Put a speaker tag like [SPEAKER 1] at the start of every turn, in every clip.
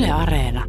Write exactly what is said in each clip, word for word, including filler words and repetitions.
[SPEAKER 1] Yle Areena.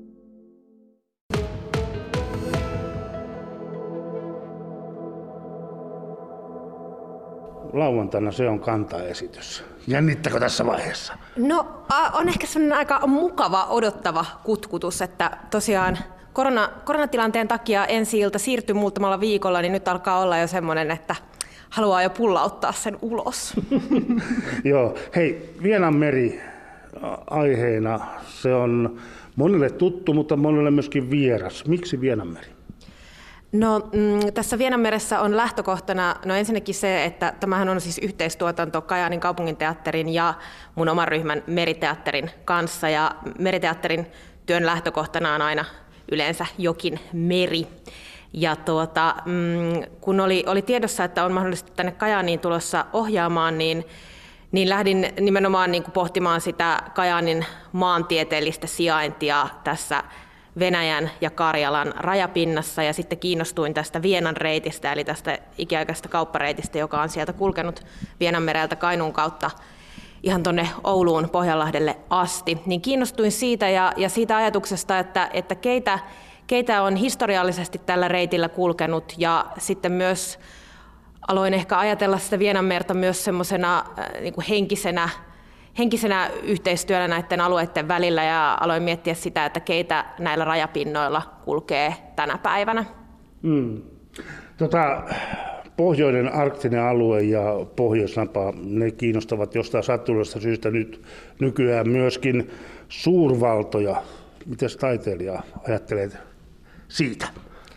[SPEAKER 2] Lauantaina se on kantaesitys. Jännittäkö tässä vaiheessa?
[SPEAKER 3] No on ehkä sellainen aika mukava odottava kutkutus, että tosiaan korona, koronatilanteen takia ensi-ilta siirtyi muutamalla viikolla, niin nyt alkaa olla jo semmoinen, että haluaa jo pullauttaa sen ulos.
[SPEAKER 2] Joo, hei, Vienanmeri aiheena, se on monille tuttu, mutta monille myöskin vieras. Miksi Vienanmeri?
[SPEAKER 3] No mm, tässä Vienanmeressä on lähtökohtana no ensinnäkin se, että tämähän on siis yhteistuotanto Kajaanin kaupunginteatterin ja mun oman ryhmän Meriteatterin kanssa, ja Meriteatterin työn lähtökohtana on aina yleensä jokin meri. Ja tuota, mm, kun oli, oli tiedossa, että on mahdollisesti tänne Kajaaniin tulossa ohjaamaan, niin, niin lähdin nimenomaan niin kuin pohtimaan sitä Kajaanin maantieteellistä sijaintia tässä Venäjän ja Karjalan rajapinnassa, ja sitten kiinnostuin tästä Vienan reitistä, eli tästä ikiaikaisesta kauppareitistä, joka on sieltä kulkenut Vienanmereltä Kainuun kautta ihan tuonne Ouluun Pohjanlahdelle asti. Niin kiinnostuin siitä ja, ja siitä ajatuksesta, että, että keitä, keitä on historiallisesti tällä reitillä kulkenut, ja sitten myös aloin ehkä ajatella sitä Vienanmerta myös semmoisena äh, niin kuin henkisenä henkisenä yhteistyönä näiden alueiden välillä, ja aloin miettiä sitä, että keitä näillä rajapinnoilla kulkee tänä päivänä.
[SPEAKER 2] Mm. Tota, pohjoinen arktinen alue ja Pohjoisnapa, ne kiinnostavat jostain sattuneesta syystä nyt nykyään myöskin suurvaltoja. Mites taiteilija ajattelet siitä?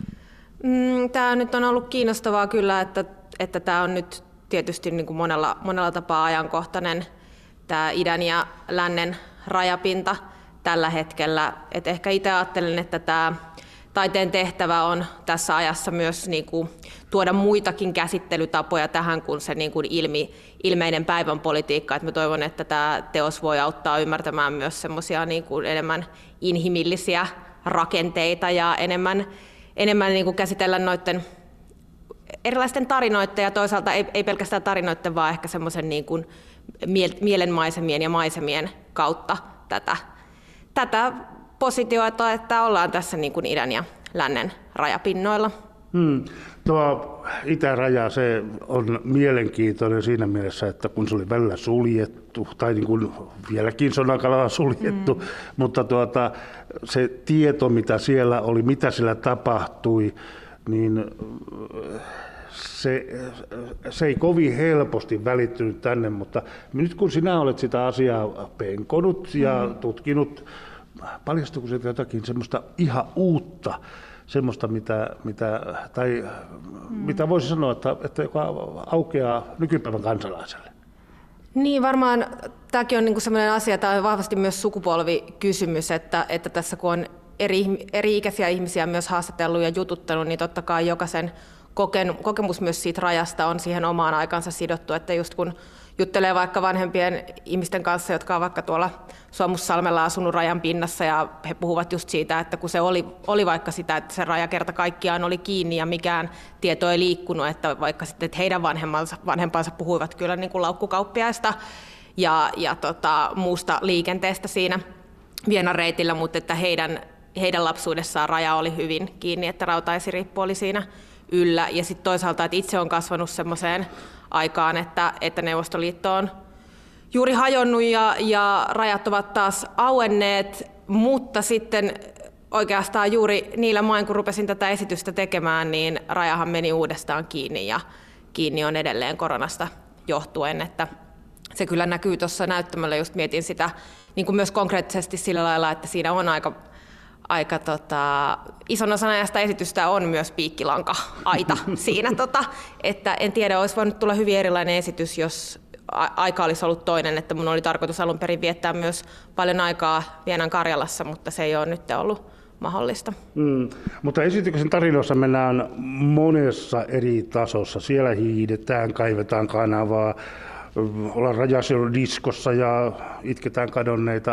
[SPEAKER 3] Mm, tämä nyt on ollut kiinnostavaa kyllä, että, että tämä on nyt tietysti niin kuin monella, monella tapaa ajankohtainen tämä idän ja lännen rajapinta tällä hetkellä. Et ehkä itse ajattelen, että tämä taiteen tehtävä on tässä ajassa myös niin kuin tuoda muitakin käsittelytapoja tähän kuin se niin kuin ilmi, ilmeinen päivän politiikka. Et mä toivon, että tämä teos voi auttaa ymmärtämään myös semmoisia niin kuin enemmän inhimillisiä rakenteita ja enemmän, enemmän niin kuin käsitellä noiden erilaisten tarinoiden ja toisaalta ei, ei pelkästään tarinoiden, vaan ehkä semmoisen niin kuin mielenmaisemien ja maisemien kautta tätä, tätä positiota, että ollaan tässä niin kuin idän ja lännen rajapinnoilla.
[SPEAKER 2] Hmm. Tuo itäraja, se on mielenkiintoinen siinä mielessä, että kun se oli välillä suljettu, tai niin kuin vieläkin se on aika lailla suljettu, hmm. mutta tuota, se tieto, mitä siellä oli, mitä siellä tapahtui, niin Se, se ei kovin helposti välittynyt tänne, mutta nyt kun sinä olet sitä asiaa penkonut ja mm. tutkinut, paljastuuko sieltä jotakin semmoista ihan uutta, semmoista, mitä, mitä, tai, mm. mitä voisi sanoa, että, että joka aukeaa nykypäivän kansalaiselle?
[SPEAKER 3] Niin, varmaan tämäkin on niinku semmoinen asia, tämä on vahvasti myös sukupolvikysymys, että, että tässä kun on eri, eri-ikäisiä ihmisiä myös haastatellut ja jututtanut, niin totta kai jokaisen kokemus myös siitä rajasta on siihen omaan aikansa sidottu, että just kun juttelee vaikka vanhempien ihmisten kanssa, jotka on vaikka tuolla Suomussalmella asunut rajan pinnassa, ja he puhuvat just siitä, että kun se oli, oli vaikka sitä, että se raja kerta kaikkiaan oli kiinni ja mikään tieto ei liikkunut, että vaikka sitten että heidän vanhempansa, vanhempansa puhuivat kyllä niin kuin laukkukauppiaista ja, ja tota, muusta liikenteestä siinä Vienan reitillä, mutta että heidän, heidän lapsuudessaan raja oli hyvin kiinni, että rautaesirippu oli siinä yllä. Ja sitten toisaalta, että itse on kasvanut semmoiseen aikaan, että, että Neuvostoliitto on juuri hajonnut ja, ja rajat ovat taas auenneet, mutta sitten oikeastaan juuri niillä main, kun rupesin tätä esitystä tekemään, niin rajahan meni uudestaan kiinni ja kiinni on edelleen koronasta johtuen, että se kyllä näkyy tuossa näyttämällä, just mietin sitä niin kuin myös konkreettisesti sillä lailla, että siinä on aika Aika tota, ison osan ajasta esitystä on myös piikkilanka-aita siinä, tota, että en tiedä, olisi voinut tulla hyvin erilainen esitys, jos aika olisi ollut toinen, että mun oli tarkoitus alun perin viettää myös paljon aikaa Vienan Karjalassa, mutta se ei ole nyt ollut mahdollista. Mm,
[SPEAKER 2] mutta esityksen tarinoissa mennään monessa eri tasossa. Siellä hiidetään, kaivetaan kanavaa, ollaan rajasijoidiskossa ja itketään kadonneita.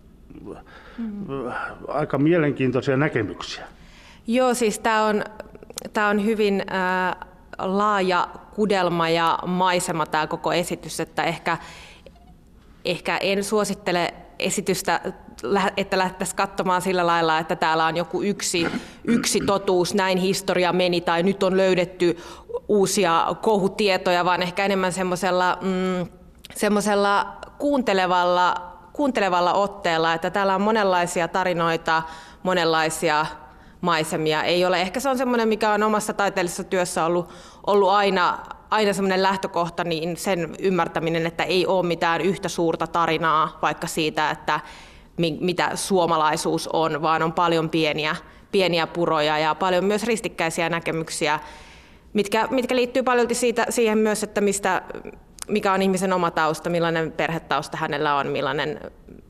[SPEAKER 2] Mm. Aika mielenkiintoisia näkemyksiä.
[SPEAKER 3] Joo, siis tämä on, tää on hyvin äh, laaja kudelma ja maisema tämä koko esitys, että ehkä, ehkä en suosittele esitystä, että lähdettäisiin katsomaan sillä lailla, että täällä on joku yksi, yksi totuus, näin historia meni tai nyt on löydetty uusia kohutietoja, vaan ehkä enemmän semmoisella mm, semmoisella kuuntelevalla, kuuntelevalla otteella, että täällä on monenlaisia tarinoita, monenlaisia maisemia. Ei ole, ehkä se on semmoinen, mikä on omassa taiteellisessa työssä ollut, ollut aina, aina semmoinen lähtökohta, niin sen ymmärtäminen, että ei ole mitään yhtä suurta tarinaa vaikka siitä, että mitä suomalaisuus on, vaan on paljon pieniä, pieniä puroja ja paljon myös ristikkäisiä näkemyksiä, mitkä, mitkä liittyy paljon siitä, siihen myös, että mistä, mikä on ihmisen oma tausta, millainen perhetausta hänellä on, millainen,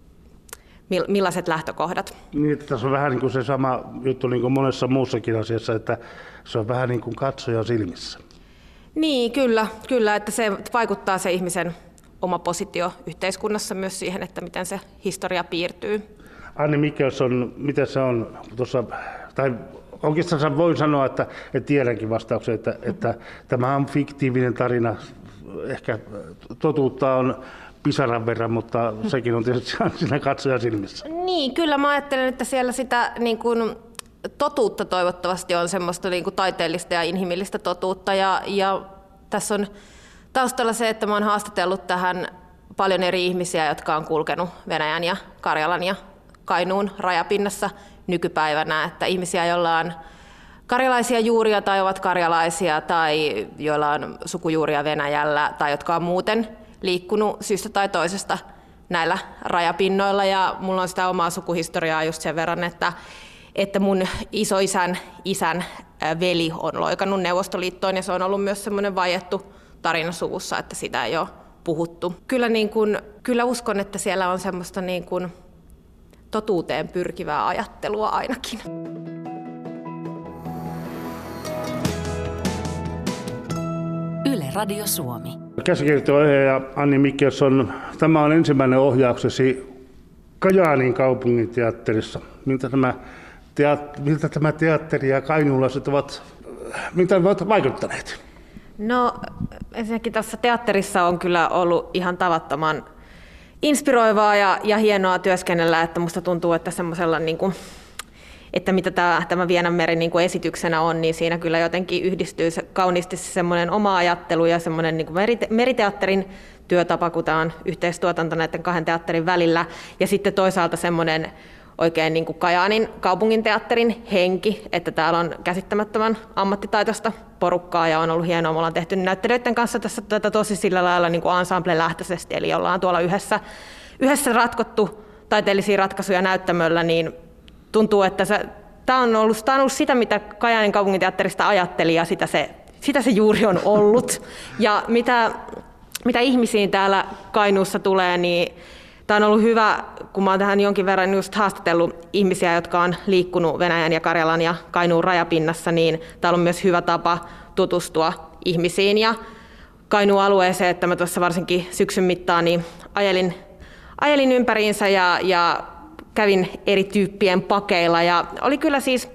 [SPEAKER 3] millaiset lähtökohdat.
[SPEAKER 2] Niin, että tässä on vähän niin kuin se sama juttu niin kuin monessa muussakin asiassa, että se on vähän niin kuin katsojan silmissä.
[SPEAKER 3] Niin, kyllä, kyllä, että se vaikuttaa se ihmisen oma positio yhteiskunnassa myös siihen, että miten se historia piirtyy.
[SPEAKER 2] Anni Michelson, miten se on tuossa, tai oikeastaan voin sanoa, että, että tiedänkin vastauksen, että, mm-hmm. että tämä on fiktiivinen tarina, ehkä totuutta on pisaran verran, mutta sekin on tietysti siinä katsojan silmissä.
[SPEAKER 3] Niin, kyllä mä ajattelen, että siellä sitä niin kuin totuutta toivottavasti on semmoista niin kuin taiteellista ja inhimillistä totuutta ja, ja tässä on taustalla se, että mä oon haastatellut tähän paljon eri ihmisiä, jotka on kulkenut Venäjän ja Karjalan ja Kainuun rajapinnassa nykypäivänä, että ihmisiä, joilla on karjalaisia juuria tai ovat karjalaisia tai joilla on sukujuuria Venäjällä tai jotka on muuten liikkunut syystä tai toisesta näillä rajapinnoilla ja mulla on sitä omaa sukuhistoriaa just sen verran, että, että mun isoisän isän veli on loikannut Neuvostoliittoon ja se on ollut myös semmoinen vaiettu tarina suvussa, että sitä ei ole puhuttu. Kyllä, niin kuin, kyllä uskon, että siellä on semmoista niin kuin totuuteen pyrkivää ajattelua ainakin.
[SPEAKER 1] Yle Radio Suomi.
[SPEAKER 2] Käsikirjoittaja Anni Michelson, tämä on ensimmäinen ohjauksesi Kajaanin kaupunginteatterissa. Miltä tämä, teat, miltä tämä teatteri ja kainuulaiset ovat, miltä ovat vaikuttaneet?
[SPEAKER 3] No ensinnäkin tässä teatterissa on kyllä ollut ihan tavattoman inspiroivaa ja, ja hienoa työskennellä, että musta tuntuu, että semmoisella niin kuin, että mitä tämä, tämä Vienanmeri niin kuin esityksenä on, niin siinä kyllä jotenkin yhdistyy se, kauniisti semmoinen oma ajattelu ja semmoinen niin kuin merite, meriteatterin työtapa, kun tämä on yhteistuotanto näiden kahden teatterin välillä, ja sitten toisaalta semmoinen oikein niin kuin Kajaanin kaupunginteatterin henki, että täällä on käsittämättömän ammattitaitoista porukkaa ja on ollut hienoa. Me ollaan tehty näyttelijöiden kanssa tässä tätä tosi sillä lailla niin kuin ensemble-lähtöisesti, eli ollaan tuolla yhdessä, yhdessä ratkottu taiteellisia ratkaisuja näyttämöllä, niin tuntuu, että se, tämä, on ollut, tämä on ollut sitä, mitä Kajaanin kaupunginteatterista ajatteli ja sitä se, sitä se juuri on ollut. Ja mitä, mitä ihmisiin täällä Kainuussa tulee, niin tämä on ollut hyvä, kun mä oon tähän jonkin verran just haastatellut ihmisiä, jotka on liikkunut Venäjän ja Karjalan ja Kainuun rajapinnassa, niin täällä on myös hyvä tapa tutustua ihmisiin ja Kainuun alueeseen, että mä tuossa varsinkin syksyn mittaan niin ajelin, ajelin ympäriinsä ja, ja kävin eri tyyppien pakeilla ja oli kyllä siis,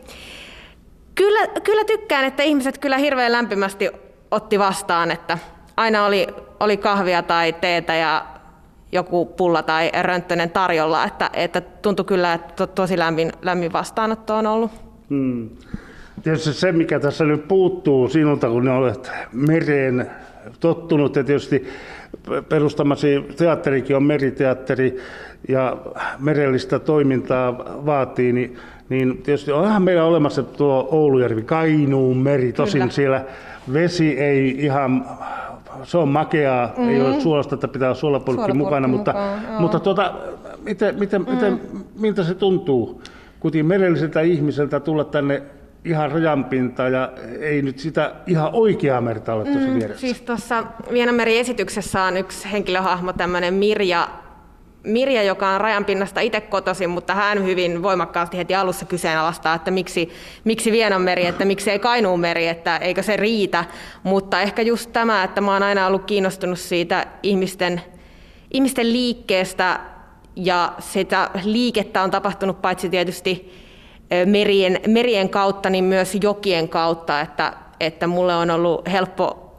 [SPEAKER 3] kyllä, kyllä tykkään, että ihmiset kyllä hirveän lämpimästi otti vastaan, että aina oli, oli kahvia tai teetä ja joku pulla tai rönttönen tarjolla, että, että tuntui kyllä, että to, tosi lämmin, lämmin vastaanotto on ollut. Hmm.
[SPEAKER 2] Tietysti se, mikä tässä nyt puuttuu sinulta, kun olet mereen tottunut, ja tietysti perustamasi teatterikin on meriteatteri ja merellistä toimintaa vaatii, niin, niin tietysti onhan meillä olemassa tuo Oulujärvi, Kainuun meri, tosin kyllä. Siellä vesi ei ihan... Se on makeaa, mm-hmm. Ei ole suolasta, että pitää olla suolapurkki mukana, mutta, mutta tuota, miten, miten, mm. miten, miltä se tuntuu kuitenkin merelliseltä ihmiseltä tulla tänne ihan rajanpintaan ja ei nyt sitä ihan oikeaa merta ole tuossa mm, vieressä?
[SPEAKER 3] Siis tuossa Vienanmeri-esityksessä on yksi henkilöhahmo, tämmöinen Mirja, Mirja, joka on rajanpinnasta itse kotoisin, mutta hän hyvin voimakkaasti heti alussa kyseenalaistaa, että miksi, miksi Vienanmeri, että miksi ei Kainuunmeri, että eikö se riitä. Mutta ehkä just tämä, että mä oon aina ollut kiinnostunut siitä ihmisten, ihmisten liikkeestä ja sitä liikettä on tapahtunut paitsi tietysti merien, merien kautta, niin myös jokien kautta, että, että mulle on ollut helppo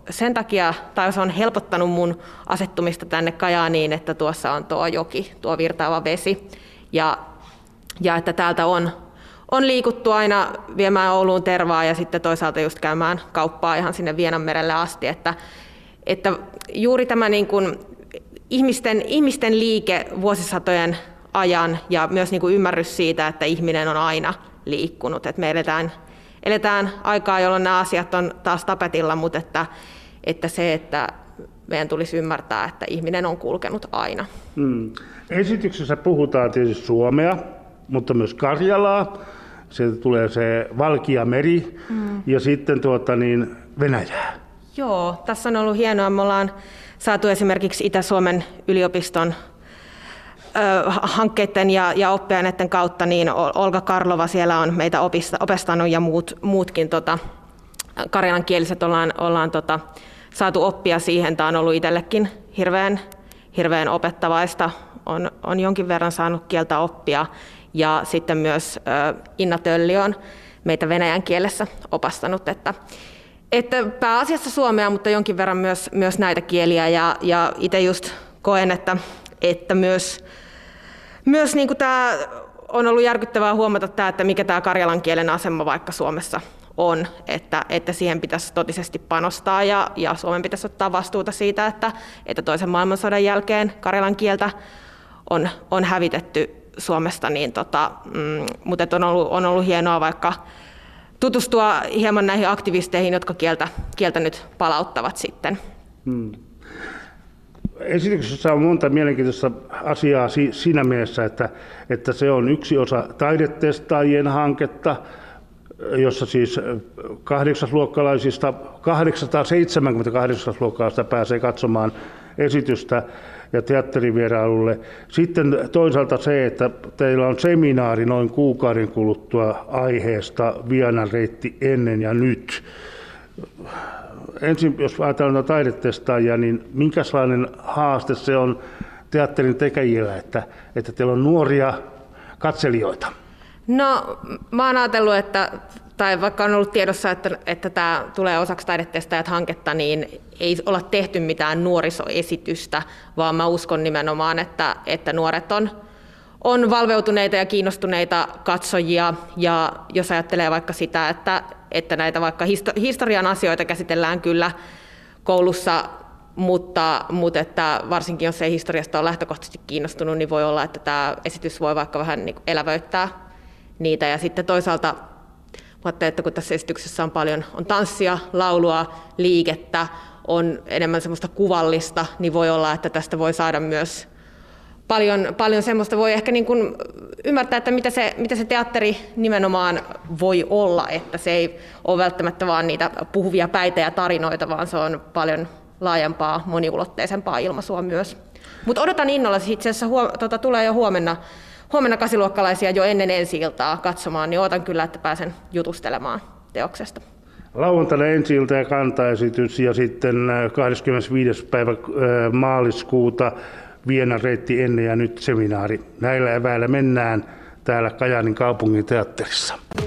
[SPEAKER 3] sen takia, tai se on helpottanut mun asettumista tänne Kajaaniin, että tuossa on tuo joki, tuo virtaava vesi. Ja, ja että täältä on, on liikuttu aina viemään Ouluun tervaa ja sitten toisaalta just käymään kauppaa ihan sinne Vienanmerelle asti. Että, että juuri tämä niin kuin ihmisten, ihmisten liike vuosisatojen ajan ja myös niin kuin ymmärrys siitä, että ihminen on aina liikkunut. Että me eletään, eletään aikaa, jolloin nämä asiat on taas tapetilla, mutta että, että se, että meidän tulisi ymmärtää, että ihminen on kulkenut aina.
[SPEAKER 2] Hmm. Esityksessä puhutaan tietysti suomea, mutta myös Karjalaa. Sieltä tulee se Valkeameri hmm. ja sitten tuota niin Venäjää.
[SPEAKER 3] Joo, tässä on ollut hienoa. Me ollaan saatu esimerkiksi Itä-Suomen yliopiston ö, hankkeiden ja, ja oppiaineiden kautta, niin Olga Karlova siellä on meitä opista, opestanut ja muut, muutkin tota, karjalankieliset ollaan, ollaan tota, saatu oppia siihen. Tämä on ollut itsellekin hirveän, hirveän opettavaista. On, on jonkin verran saanut kieltä oppia ja sitten myös ö, Inna Tölli on meitä venäjän kielessä opastanut, että Että pääasiassa suomea, mutta jonkin verran myös, myös näitä kieliä ja, ja itse just koen, että, että myös, myös niin kuin tämä on ollut järkyttävää huomata tämä, että mikä tämä karjalan kielen asema vaikka Suomessa on, että, että siihen pitäisi totisesti panostaa ja, ja Suomen pitäisi ottaa vastuuta siitä, että, että toisen maailmansodan jälkeen karjalan kieltä on, on hävitetty Suomesta, niin tota, mm, mutta on ollut, on ollut hienoa vaikka tutustua hieman näihin aktivisteihin, jotka kieltä, kieltä nyt palauttavat sitten. Hmm.
[SPEAKER 2] Esityksessä on monta mielenkiintoista asiaa siinä mielessä, että, että se on yksi osa taidetestaajien hanketta, jossa siis kahdeksasluokkalaisista, kahdeksansataaseitsemänkymmentäkahdeksan luokkalaisista pääsee katsomaan esitystä ja teatterivierailulle. Sitten toisaalta se, että teillä on seminaari noin kuukauden kuluttua aiheesta Vienan reitti ennen ja nyt. Ensin, jos ajatellaan taidetestaajia, niin minkälainen haaste se on teatterin tekijillä, että, että teillä on nuoria katselijoita?
[SPEAKER 3] No, mä oon ajatellut, että, tai vaikka on ollut tiedossa, että, että tämä tulee osaksi taidetestaajat-hanketta, niin ei olla tehty mitään nuorisoesitystä, vaan mä uskon nimenomaan, että, että nuoret on, on valveutuneita ja kiinnostuneita katsojia, ja jos ajattelee vaikka sitä, että, että näitä vaikka historian asioita käsitellään kyllä koulussa, mutta, mutta että varsinkin jos ei historiasta ole lähtökohtaisesti kiinnostunut, niin voi olla, että tämä esitys voi vaikka vähän niin kuin elävöittää niitä. Ja sitten toisaalta ajattelin, että kun tässä esityksessä on paljon on tanssia, laulua, liikettä, on enemmän semmoista kuvallista, niin voi olla, että tästä voi saada myös paljon, paljon semmoista, voi ehkä niin kuin ymmärtää, että mitä se, mitä se teatteri nimenomaan voi olla, että se ei ole välttämättä vaan niitä puhuvia päitä ja tarinoita, vaan se on paljon laajempaa, moniulotteisempaa ilmaisua myös. Mutta odotan innolla, siis itse asiassa huom- tota, tulee jo huomenna, huomenna kasiluokkalaisia jo ennen ensi-iltaa katsomaan, niin odotan kyllä, että pääsen jutustelemaan teoksesta.
[SPEAKER 2] Lauantaina ensi-ilta ja kantaesitys ja sitten kahdeskymmenesviides päivä maaliskuuta Vienan reitti ennen ja nyt seminaari. Näillä eväillä mennään täällä Kajaanin kaupungin teatterissa.